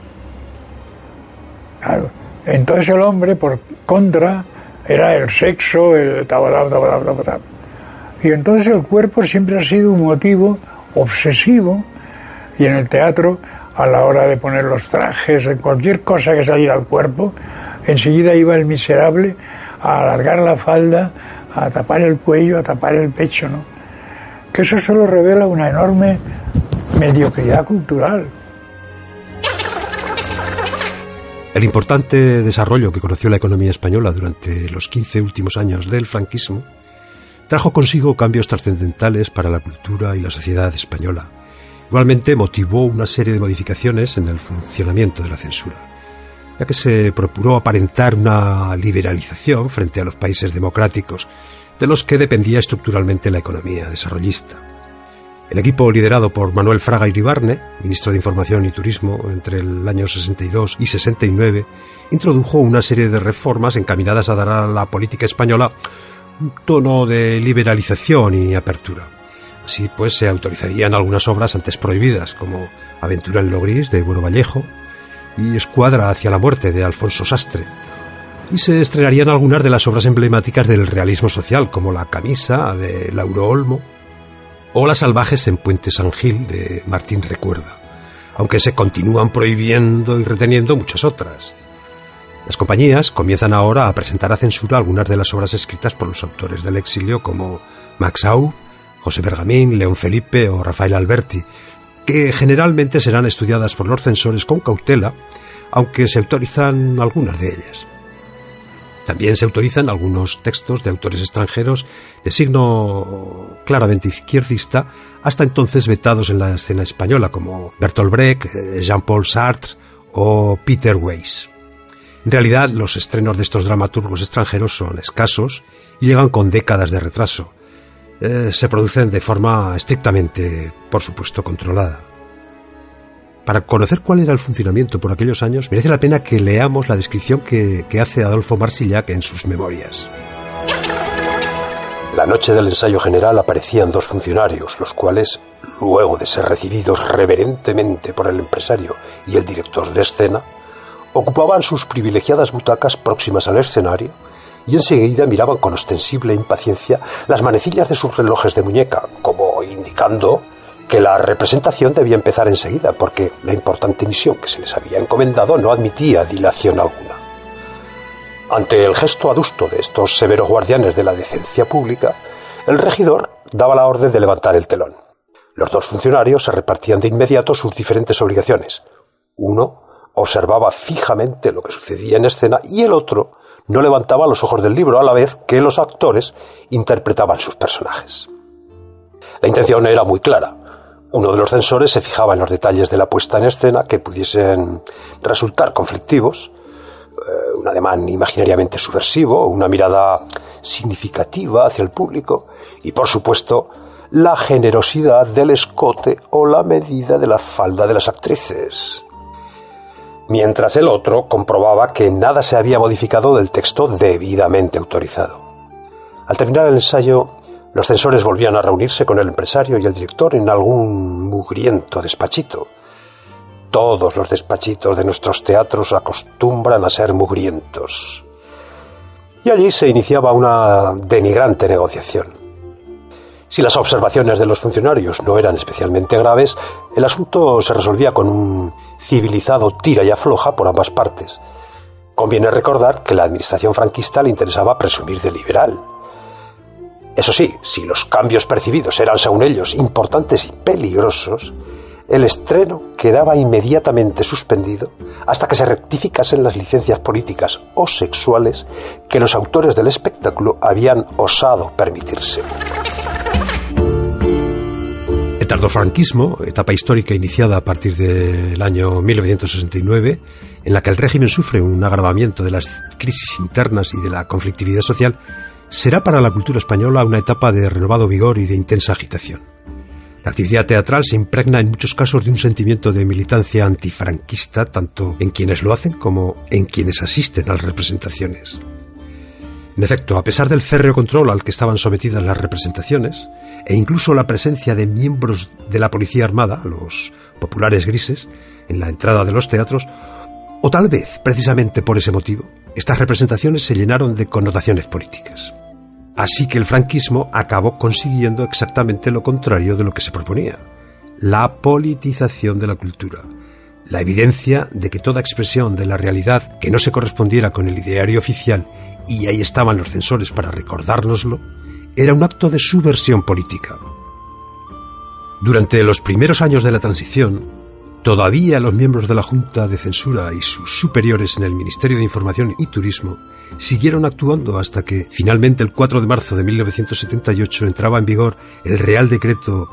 Claro. Entonces el hombre, por contra, era el sexo, el tabalab. Y entonces el cuerpo siempre ha sido un motivo obsesivo, y en el teatro, a la hora de poner los trajes, en cualquier cosa que saliera al cuerpo, enseguida iba el miserable a alargar la falda, a tapar el cuello, a tapar el pecho, ¿no? Que eso solo revela una enorme mediocridad cultural. El importante desarrollo que conoció la economía española durante los 15 últimos años del franquismo trajo consigo cambios trascendentales para la cultura y la sociedad española. Igualmente motivó una serie de modificaciones en el funcionamiento de la censura, ya que se procuró aparentar una liberalización frente a los países democráticos, de los que dependía estructuralmente la economía desarrollista. El equipo liderado por Manuel Fraga Iribarne, ministro de Información y Turismo entre el año 62 y 69, introdujo una serie de reformas encaminadas a dar a la política española un tono de liberalización y apertura. Así pues, se autorizarían algunas obras antes prohibidas, como Aventura en lo gris, de Bueno Vallejo, y Escuadra hacia la muerte, de Alfonso Sastre. Y se estrenarían algunas de las obras emblemáticas del realismo social, como La camisa, de Lauro Olmo, o Las salvajes en Puente San Gil, de Martín Recuerda, aunque se continúan prohibiendo y reteniendo muchas otras. Las compañías comienzan ahora a presentar a censura algunas de las obras escritas por los autores del exilio, como Max Aub, José Bergamín, León Felipe o Rafael Alberti, que generalmente serán estudiadas por los censores con cautela, aunque se autorizan algunas de ellas. También se autorizan algunos textos de autores extranjeros de signo claramente izquierdista, hasta entonces vetados en la escena española, como Bertolt Brecht, Jean-Paul Sartre o Peter Weiss. En realidad, los estrenos de estos dramaturgos extranjeros son escasos y llegan con décadas de retraso. Se producen de forma estrictamente, por supuesto, controlada. Para conocer cuál era el funcionamiento por aquellos años, merece la pena que leamos la descripción que hace Adolfo Marsillac en sus memorias. La noche del ensayo general aparecían 2 funcionarios, los cuales, luego de ser recibidos reverentemente por el empresario y el director de escena, ocupaban sus privilegiadas butacas próximas al escenario y enseguida miraban con ostensible impaciencia las manecillas de sus relojes de muñeca, como indicando que la representación debía empezar enseguida, porque la importante misión que se les había encomendado no admitía dilación alguna. Ante el gesto adusto de estos severos guardianes de la decencia pública, el regidor daba la orden de levantar el telón. Los 2 funcionarios se repartían de inmediato sus diferentes obligaciones. Uno observaba fijamente lo que sucedía en escena y el otro no levantaba los ojos del libro, a la vez que los actores interpretaban sus personajes. La intención era muy clara. Uno de los censores se fijaba en los detalles de la puesta en escena que pudiesen resultar conflictivos, un ademán imaginariamente subversivo, una mirada significativa hacia el público y, por supuesto, la generosidad del escote o la medida de la falda de las actrices. Mientras el otro comprobaba que nada se había modificado del texto debidamente autorizado. Al terminar el ensayo, los censores volvían a reunirse con el empresario y el director en algún mugriento despachito. Todos los despachitos de nuestros teatros acostumbran a ser mugrientos. Y allí se iniciaba una denigrante negociación. Si las observaciones de los funcionarios no eran especialmente graves, el asunto se resolvía con un civilizado tira y afloja por ambas partes. Conviene recordar que la administración franquista le interesaba presumir de liberal. Eso sí, si los cambios percibidos eran, según ellos, importantes y peligrosos, el estreno quedaba inmediatamente suspendido hasta que se rectificasen las licencias políticas o sexuales que los autores del espectáculo habían osado permitirse. El tardofranquismo, etapa histórica iniciada a partir del año 1969, en la que el régimen sufre un agravamiento de las crisis internas y de la conflictividad social, será para la cultura española una etapa de renovado vigor y de intensa agitación. La actividad teatral se impregna en muchos casos de un sentimiento de militancia antifranquista, tanto en quienes lo hacen como en quienes asisten a las representaciones. En efecto, a pesar del férreo control al que estaban sometidas las representaciones, e incluso la presencia de miembros de la Policía Armada, los populares grises, en la entrada de los teatros, o tal vez, precisamente por ese motivo, estas representaciones se llenaron de connotaciones políticas. Así que el franquismo acabó consiguiendo exactamente lo contrario de lo que se proponía: la politización de la cultura, la evidencia de que toda expresión de la realidad que no se correspondiera con el ideario oficial, y ahí estaban los censores para recordárnoslo, era un acto de subversión política. Durante los primeros años de la transición, todavía los miembros de la Junta de Censura y sus superiores en el Ministerio de Información y Turismo siguieron actuando hasta que, finalmente, el 4 de marzo de 1978 entraba en vigor el Real Decreto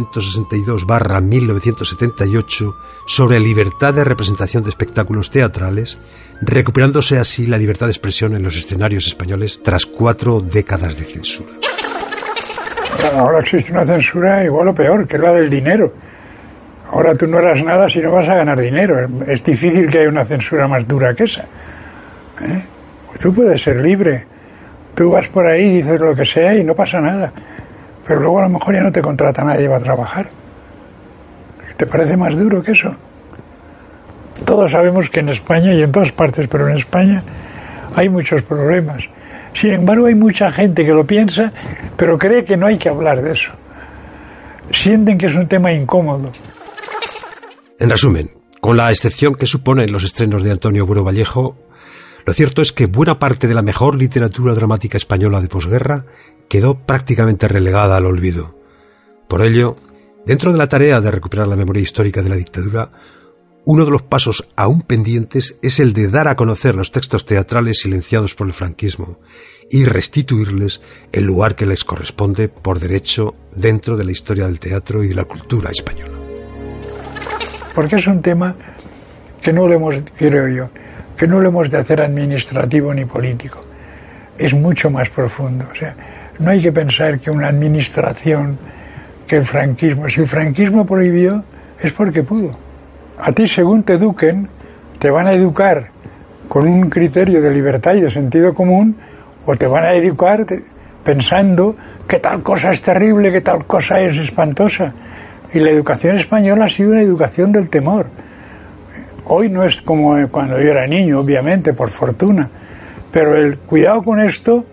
262/1978 sobre libertad de representación de espectáculos teatrales, recuperándose así la libertad de expresión en los escenarios españoles tras 4 décadas de censura. Ahora existe una censura igual o peor, que es la del dinero. Ahora tú no harás nada si no vas a ganar dinero. Es difícil que haya una censura más dura que esa. Tú puedes ser libre. Tú vas por ahí y dices lo que sea y no pasa nada. Pero luego a lo mejor ya no te contrata nadie para trabajar. ¿Te parece más duro que eso? Todos sabemos que en España y en todas partes, pero en España hay muchos problemas. Sin embargo, hay mucha gente que lo piensa, pero cree que no hay que hablar de eso. Sienten que es un tema incómodo. En resumen, con la excepción que suponen los estrenos de Antonio Bueno Vallejo, lo cierto es que buena parte de la mejor literatura dramática española de posguerra quedó prácticamente relegada al olvido. Por ello, dentro de la tarea de recuperar la memoria histórica de la dictadura, uno de los pasos aún pendientes es el de dar a conocer los textos teatrales silenciados por el franquismo y restituirles el lugar que les corresponde por derecho dentro de la historia del teatro y de la cultura española. Porque es un tema que no lo hemos, creo yo, que no lo hemos de hacer administrativo ni político. Es mucho más profundo. O sea, no hay que pensar que una administración, que el franquismo, si el franquismo prohibió, es porque pudo. A ti, según te eduquen, te van a educar con un criterio de libertad y de sentido común, o te van a educar pensando que tal cosa es terrible, que tal cosa es espantosa. Y la educación española ha sido una educación del temor. Hoy no es como cuando yo era niño, obviamente, por fortuna, pero el cuidado con esto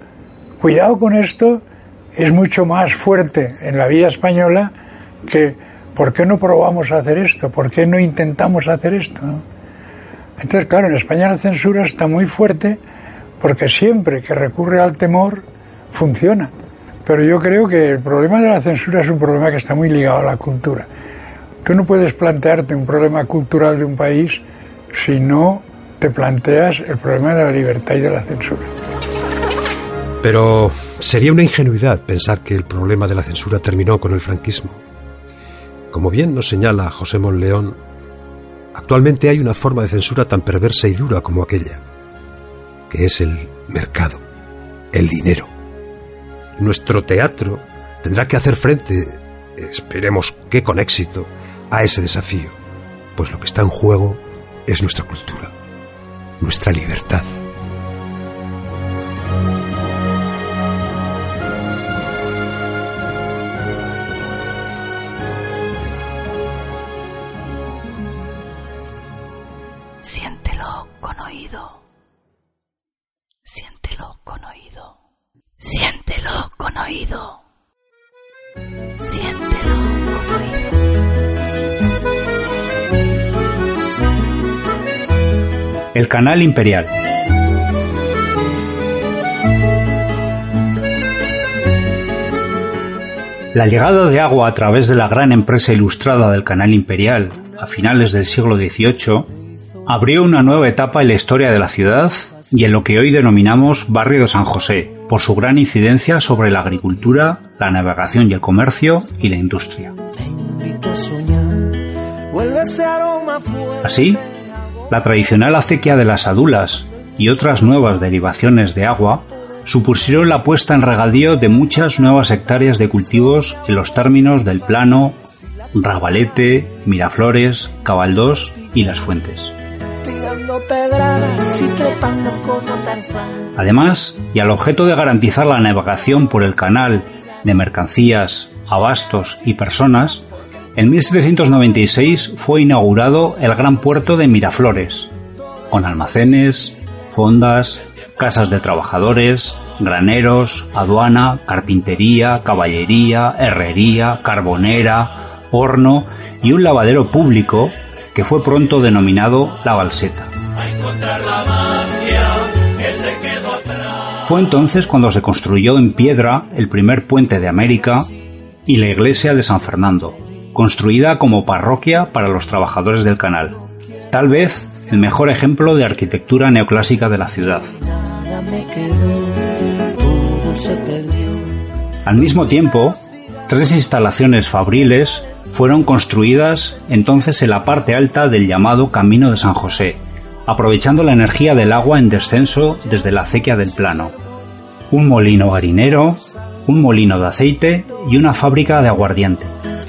es mucho más fuerte en la vida española que ¿por qué no probamos a hacer esto? ¿Por qué no intentamos hacer esto? ¿No? Entonces, claro, en España la censura está muy fuerte porque siempre que recurre al temor funciona. Pero yo creo que el problema de la censura es un problema que está muy ligado a la cultura. Tú no puedes plantearte un problema cultural de un país si no te planteas el problema de la libertad y de la censura. Pero sería una ingenuidad pensar que el problema de la censura terminó con el franquismo. Como bien nos señala José Monleón, actualmente hay una forma de censura tan perversa y dura como aquella, que es el mercado, el dinero. Nuestro teatro tendrá que hacer frente, esperemos que con éxito, a ese desafío, pues lo que está en juego es nuestra cultura, nuestra libertad. Siéntelo con oído. Siéntelo con oído. Siéntelo con oído. Siéntelo con oído. El Canal Imperial. La llegada de agua a través de la gran empresa ilustrada del Canal Imperial a finales del siglo XVIII abrió una nueva etapa en la historia de la ciudad y en lo que hoy denominamos Barrio de San José, por su gran incidencia sobre la agricultura, la navegación y el comercio y la industria. Así, la tradicional acequia de las Adulas y otras nuevas derivaciones de agua supusieron la puesta en regadío de muchas nuevas hectáreas de cultivos en los términos del Plano, Rabalete, Miraflores, Cabaldós y Las Fuentes. Además, y al objeto de garantizar la navegación por el canal de mercancías, abastos y personas, en 1796 fue inaugurado el gran puerto de Miraflores, con almacenes, fondas, casas de trabajadores, graneros, aduana, carpintería, caballería, herrería, carbonera, horno y un lavadero público que fue pronto denominado La Balseta. Fue entonces cuando se construyó en piedra el primer puente de América y la iglesia de San Fernando, construida como parroquia para los trabajadores del canal, tal vez el mejor ejemplo de arquitectura neoclásica de la ciudad. Al mismo tiempo, 3 instalaciones fabriles fueron construidas entonces en la parte alta del llamado Camino de San José, aprovechando la energía del agua en descenso desde la acequia del Plano. Un molino harinero, un molino de aceite y una fábrica de aguardiente.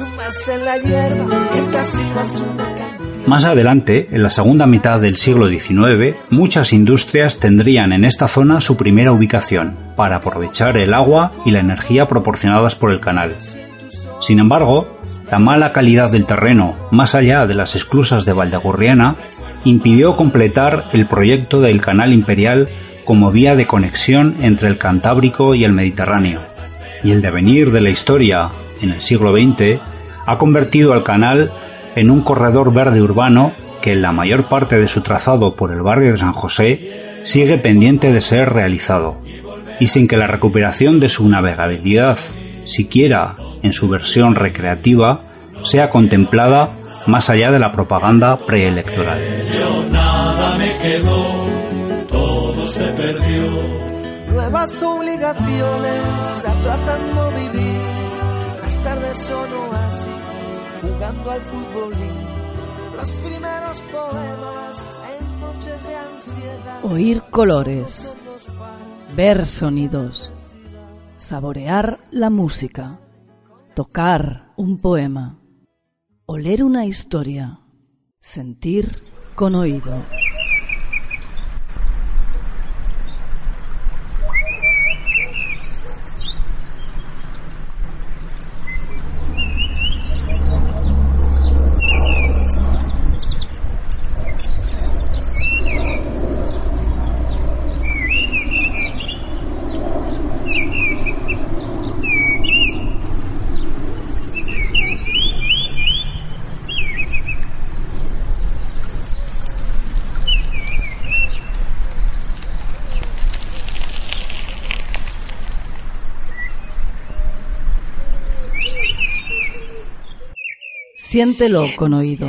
Más adelante, en la segunda mitad del siglo XIX, muchas industrias tendrían en esta zona su primera ubicación, para aprovechar el agua y la energía proporcionadas por el canal. Sin embargo, la mala calidad del terreno, más allá de las esclusas de Valdegurriana, impidió completar el proyecto del Canal Imperial como vía de conexión entre el Cantábrico y el Mediterráneo. Y el devenir de la historia, en el siglo XX, ha convertido al canal en un corredor verde urbano que en la mayor parte de su trazado por el barrio de San José sigue pendiente de ser realizado, y sin que la recuperación de su navegabilidad, siquiera en su versión recreativa, sea contemplada más allá de la propaganda preelectoral. Nada me quedó, todo se perdió. Nuevas obligaciones aplazando vivir. Las tardes son oasis, jugando al futbolín. Los primeros poemas en noches de ansiedad. Oír colores, ver sonidos, saborear la música, tocar un poema, oler una historia, sentir con oído. Siéntelo con oído.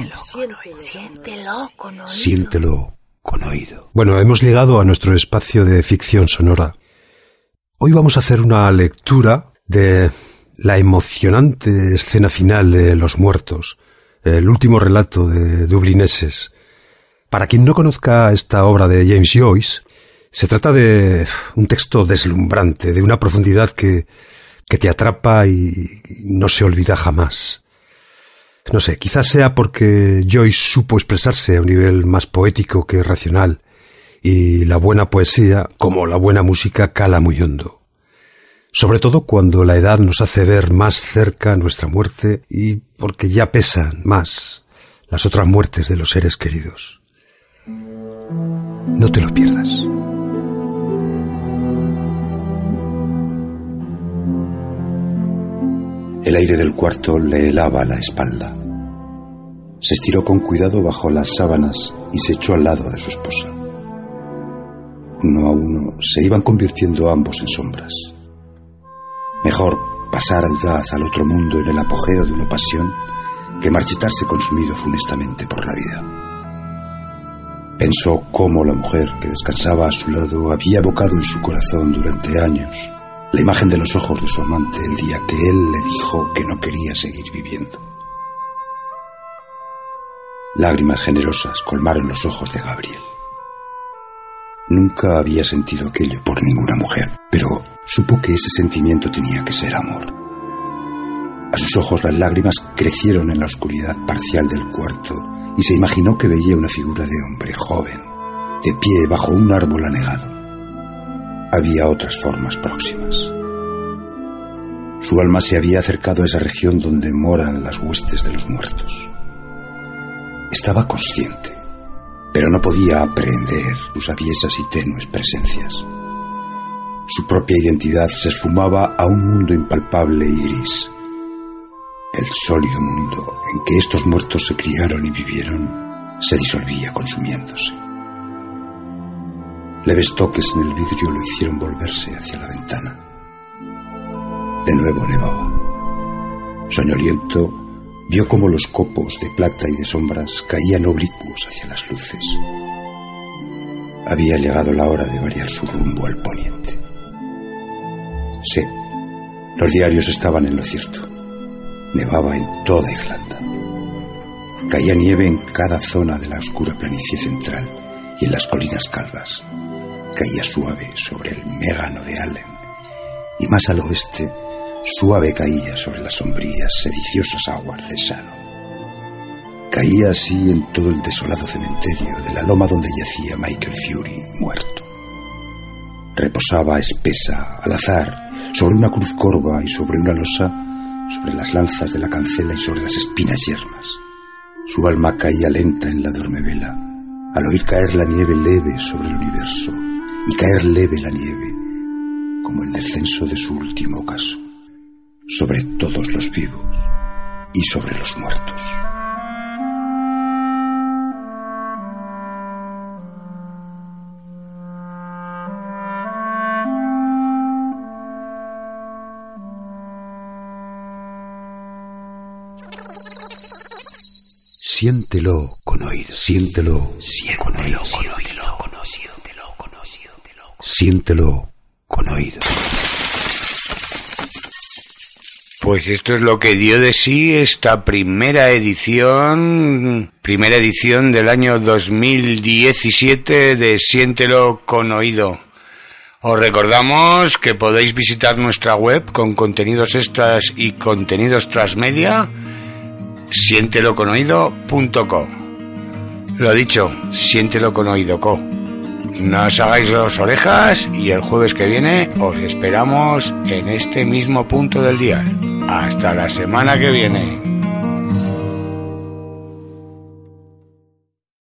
Siéntelo con oído. Bueno, hemos llegado a nuestro espacio de ficción sonora. Hoy vamos a hacer una lectura de la emocionante escena final de Los Muertos, el último relato de dublineses. Para quien no conozca esta obra de James Joyce, se trata de un texto deslumbrante, de una profundidad que te atrapa y no se olvida jamás. No sé, quizás sea porque Joyce supo expresarse a un nivel más poético que racional, y la buena poesía, como la buena música, cala muy hondo. Sobre todo cuando la edad nos hace ver más cerca nuestra muerte y porque ya pesan más las otras muertes de los seres queridos. No te lo pierdas. El aire del cuarto le helaba la espalda. Se estiró con cuidado bajo las sábanas y se echó al lado de su esposa. Uno a uno se iban convirtiendo ambos en sombras. Mejor pasar audaz al otro mundo en el apogeo de una pasión que marchitarse consumido funestamente por la vida. Pensó cómo la mujer que descansaba a su lado había evocado en su corazón durante años la imagen de los ojos de su amante el día que él le dijo que no quería seguir viviendo. Lágrimas generosas colmaron los ojos de Gabriel. Nunca había sentido aquello por ninguna mujer, pero supo que ese sentimiento tenía que ser amor. A sus ojos las lágrimas crecieron en la oscuridad parcial del cuarto y se imaginó que veía una figura de hombre joven, de pie bajo un árbol anegado. Había otras formas próximas. Su alma se había acercado a esa región donde moran las huestes de los muertos. Estaba consciente, pero no podía aprehender sus aviesas y tenues presencias. Su propia identidad se esfumaba a un mundo impalpable y gris. El sólido mundo en que estos muertos se criaron y vivieron se disolvía consumiéndose. Leves toques en el vidrio lo hicieron volverse hacia la ventana. De nuevo nevaba. Soñoliento, vio cómo los copos de plata y de sombras caían oblicuos hacia las luces. Había llegado la hora de variar su rumbo al poniente. Sí, los diarios estaban en lo cierto. Nevaba en toda Irlanda. Caía nieve en cada zona de la oscura planicie central y en las colinas calvas. Caía suave sobre el mégano de Allen, y más al oeste, suave caía sobre las sombrías, sediciosas aguas de Shannon. Caía así en todo el desolado cementerio de la loma donde yacía Michael Fury, muerto. Reposaba espesa, al azar, sobre una cruz corva y sobre una losa, sobre las lanzas de la cancela y sobre las espinas yermas. Su alma caía lenta en la dormevela, al oír caer la nieve leve sobre el universo, y caer leve la nieve, como el descenso de su último ocaso, sobre todos los vivos y sobre los muertos. Siéntelo con oído, siéntelo, siéntelo con oído, siéntelo con oído. Pues esto es lo que dio de sí esta primera edición del año 2017 de Siéntelo con oído. Os recordamos que podéis visitar nuestra web con contenidos extras y contenidos transmedia, sienteloconoido.co. Lo dicho, siéntelo con oído, co. No os hagáis las orejas y el jueves que viene os esperamos en este mismo punto del día. Hasta la semana que viene.